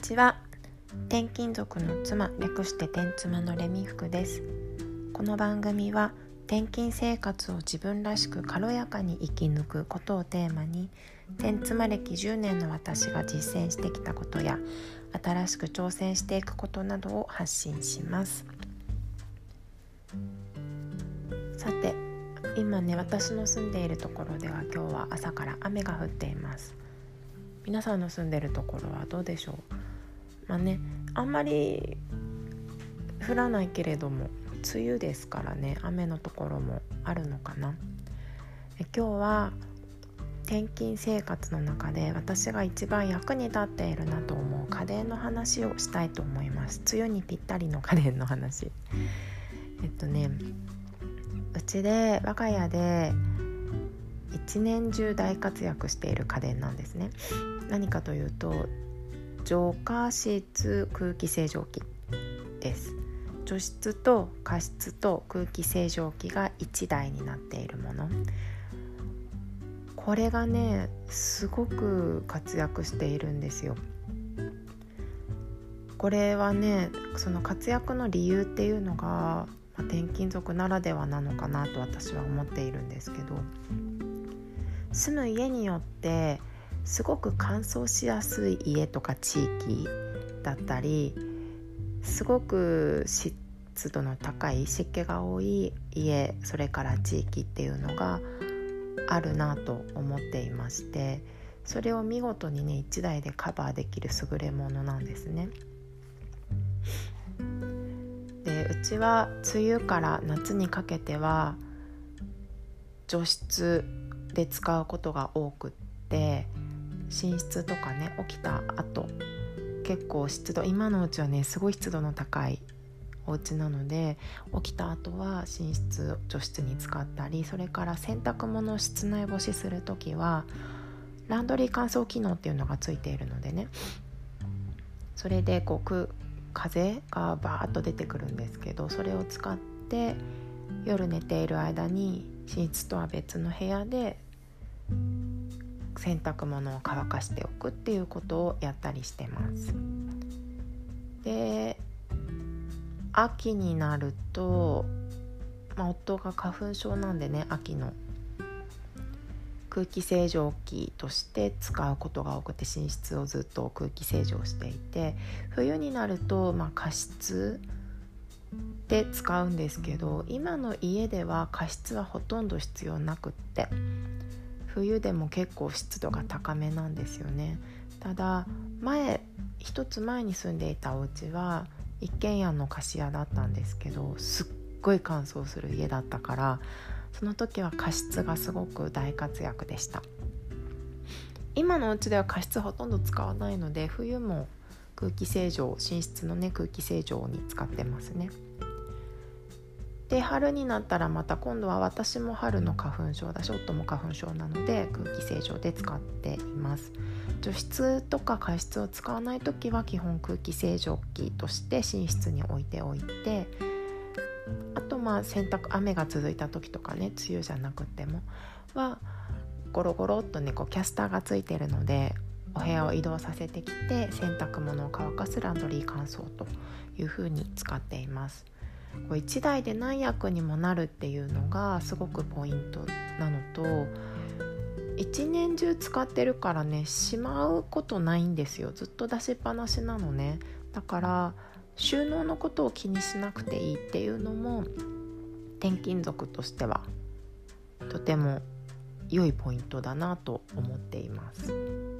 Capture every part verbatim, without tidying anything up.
ちは。転勤族の妻、略して転妻のレミフクです。この番組は転勤生活を自分らしく軽やかに生き抜くことをテーマに、転妻歴じゅうねんの私が実践してきたことや新しく挑戦していくことなどを発信します。さて、今ね、私の住んでいるところでは今日は朝から雨が降っています。皆さんの住んでいるところはどうでしょう。まあね、あんまり降らないけれども梅雨ですからね、雨のところもあるのかな。え今日は転勤生活の中で私が一番役に立っているなと思う家電の話をしたいと思います。梅雨にぴったりの家電の話。えっとねうちで我が家で一年中大活躍している家電なんですね。何かというと浄化室空気清浄機です。除湿と加湿と空気清浄機がいちだいになっているもの、これがねすごく活躍しているんですよ。これはね、その活躍の理由っていうのが、まあ、転勤族ならではなのかなと私は思っているんですけど、住む家によってすごく乾燥しやすい家とか地域だったり、すごく湿度の高い湿気が多い家、それから地域っていうのがあるなと思っていまして、それを見事にねいちだいでカバーできる優れものなんですね。でうちは梅雨から夏にかけては除湿で使うことが多くって、寝室とかね起きた後結構湿度、今のうちはねすごい湿度の高いお家なので、起きた後は寝室除湿に使ったり、それから洗濯物を室内干しするときはランドリー乾燥機能っていうのがついているのでね、それでこう風がバーッと出てくるんですけど、それを使って夜寝ている間に寝室とは別の部屋で洗濯物を乾かしておくっていうことをやったりしてます。で秋になると、まあ、夫が花粉症なんでね、秋の空気清浄機として使うことが多くて、寝室をずっと空気清浄していて、冬になると、まあ、加湿で使うんですけど、今の家では加湿はほとんど必要なくって、冬でも結構湿度が高めなんですよね。ただ前一つ前に住んでいたお家は一軒家の貸し家だったんですけど、すっごい乾燥する家だったから、その時は加湿がすごく大活躍でした。今のお家では加湿ほとんど使わないので、冬も空気清浄、寝室のね空気清浄に使ってますね。で春になったらまた今度は私も春の花粉症だし、夫も花粉症なので空気清浄で使っています。除湿とか加湿を使わないときは基本空気清浄機として寝室に置いておいて、あとまあ洗濯、雨が続いた時とかね、梅雨じゃなくてもはゴロゴロっとねこうキャスターがついているので、お部屋を移動させてきて洗濯物を乾かすランドリー乾燥という風に使っています。これいちだいで何役にもなるっていうのがすごくポイントなのと、一年中使ってるからね、しまうことないんですよ。ずっと出しっぱなしなのね。だから収納のことを気にしなくていいっていうのも転勤族としてはとても良いポイントだなと思っています。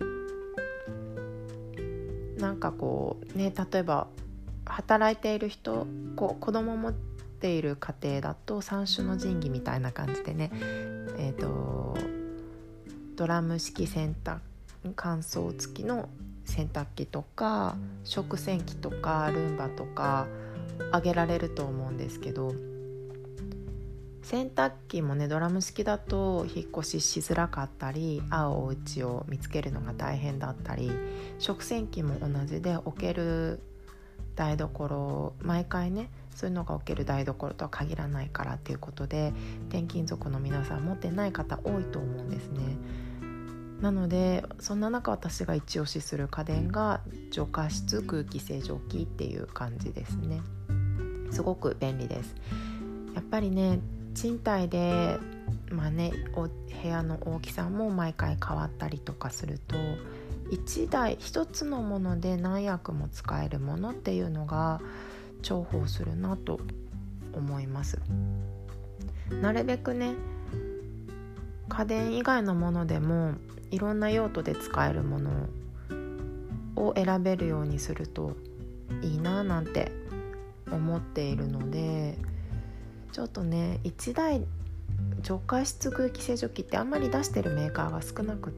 なんかこうね、例えば働いている人、こう子供を持っている家庭だと三種の神器みたいな感じでね、えーと、ドラム式洗濯乾燥付きの洗濯機とか食洗機とかルンバとか挙げられると思うんですけど、洗濯機もねドラム式だと引っ越ししづらかったり、合うお家を見つけるのが大変だったり、食洗機も同じで置ける台所、毎回ねそういうのが置ける台所とは限らないからっていうことで、転勤族の皆さん持ってない方多いと思うんですね。 なのでそんな中私が一押しする家電が除加湿空気清浄機っていう感じですね。すごく便利です。やっぱりね賃貸で、まあね、お部屋の大きさも毎回変わったりとかすると一台一つのもので何役も使えるものっていうのが重宝するなと思います。なるべくね家電以外のものでもいろんな用途で使えるものを選べるようにするといいななんて思っているので、ちょっとねいちだい除加湿空気清浄機ってあんまり出してるメーカーが少なくって、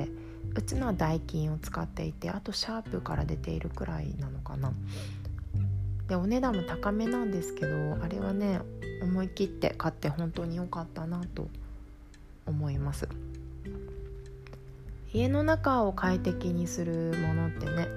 うちのはダイキンを使っていて、あとシャープから出ているくらいなのかな。でお値段も高めなんですけど、あれはね思い切って買って本当に良かったなと思います。家の中を快適にするものってね、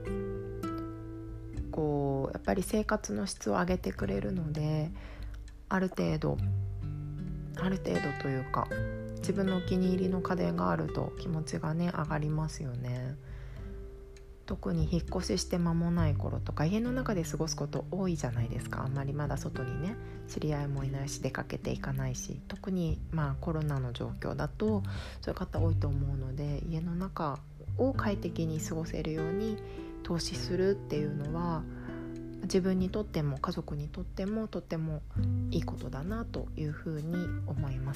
こうやっぱり生活の質を上げてくれるので、ある程度ある程度というか自分のお気に入りの家電があると気持ちがね上がりますよね。特に引っ越しして間もない頃とか家の中で過ごすこと多いじゃないですか。あんまりまだ外にね知り合いもいないし出かけていかないし、特にまあコロナの状況だとそういう方多いと思うので、家の中を快適に過ごせるように投資するっていうのは自分にとっても家族にとってもとってもいいことだなというふうに思います。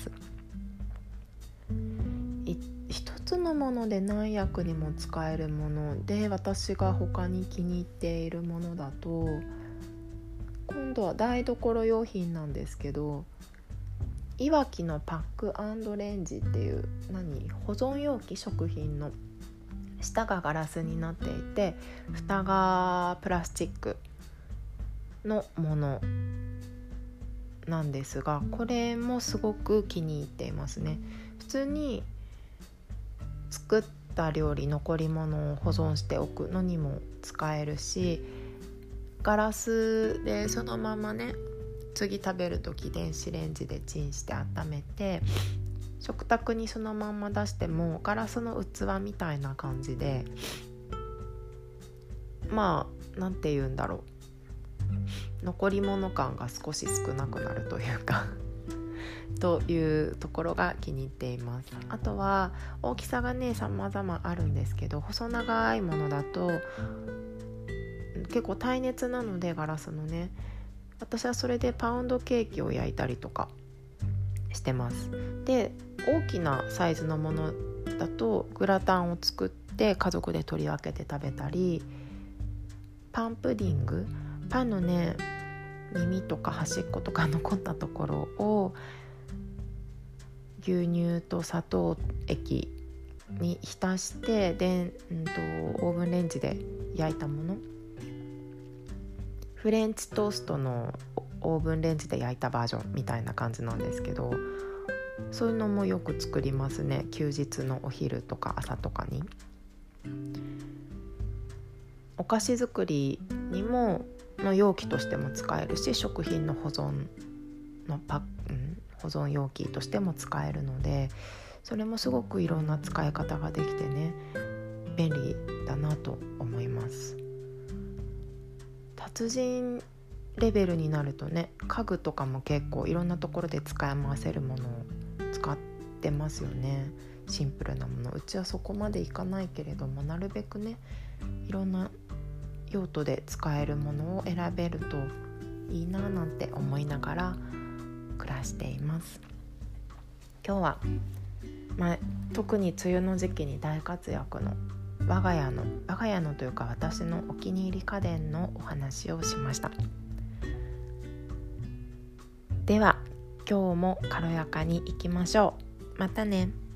一つのもので何役にも使えるもので、私が他に気に入っているものだと、今度は台所用品なんですけど、いわきのパック&レンジっていう何保存容器、食品の下がガラスになっていて蓋がプラスチックのものなんですが、これもすごく気に入っていますね。普通に作った料理残り物を保存しておくのにも使えるし、ガラスでそのままね次食べるとき電子レンジでチンして温めて食卓にそのまま出してもガラスの器みたいな感じで、まあなんて言うんだろう、残り物感が少し少なくなるというかというところが気に入っています。あとは大きさがね様々あるんですけど、細長いものだと結構耐熱なのでガラスのね、私はそれでパウンドケーキを焼いたりとかしてます。で大きなサイズのものだとグラタンを作って家族で取り分けて食べたり、パンプディング、パンのね耳とか端っことか残ったところを牛乳と砂糖液に浸してで、うんと、オーブンレンジで焼いたもの、フレンチトーストのオーブンレンジで焼いたバージョンみたいな感じなんですけど、そういうのもよく作りますね。休日のお昼とか朝とかに。お菓子作りにもの容器としても使えるし、食品の保存のパッ、うん、保存容器としても使えるので、それもすごくいろんな使い方ができてね便利だなと思います。達人レベルになるとね、家具とかも結構いろんなところで使い回せるものを使ってますよね。シンプルなもの、うちはそこまでいかないけれども、なるべくねいろんな用途で使えるものを選べるといいななんて思いながら暮らしています。今日は、まあ、特に梅雨の時期に大活躍の我が家の我が家のというか私のお気に入り家電のお話をしました。では今日も軽やかにいきましょう。またね。